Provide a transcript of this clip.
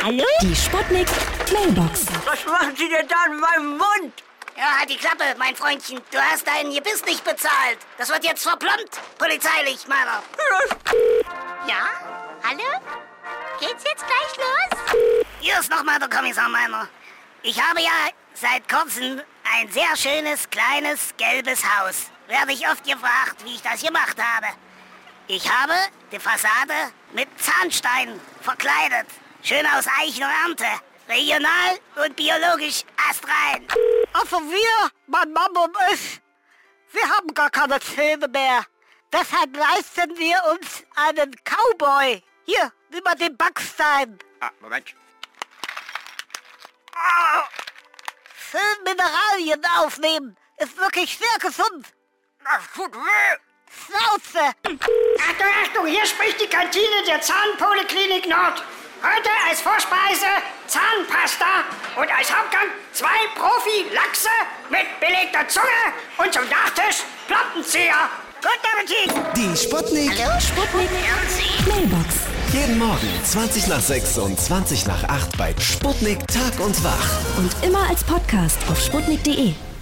Hallo? Die Sputnik Mailbox. Was machen Sie denn da in meinem Mund? Ja, halt die Klappe, mein Freundchen. Du hast deinen Gebiss nicht bezahlt. Das wird jetzt verplombt, polizeilich, meiner. Ja? Hallo? Geht's jetzt gleich los? Hier ist nochmal der Kommissar Meiner. Ich habe ja seit kurzem ein sehr schönes, kleines, gelbes Haus. Werde ich oft gefragt, wie ich das gemacht habe. Ich habe die Fassade mit Zahnstein verkleidet. Schön aus Eichen und Ernte. Regional und biologisch astrein. Also wir, mein Mann und ich, wir haben gar keine Zähne mehr. Deshalb leisten wir uns einen Cowboy. Hier, nimm mal den Backstein. Moment. Schön Mineralien aufnehmen. Ist wirklich sehr gesund. Das tut weh. Schnauze. Achtung, Achtung, hier spricht die Kantine der Zahnpoliklinik Nord. Heute als Vorspeise Zahnpasta und als Hauptgang 2 Profi-Lachse mit belegter Zunge und zum Nachtisch Plattenzieher. Guten Appetit! Die Sputnik. Hallo, Sputnik Mailbox. Jeden Morgen 20 nach 6 und 20 nach 8 bei Sputnik Tag und Wach. Und immer als Podcast auf sputnik.de.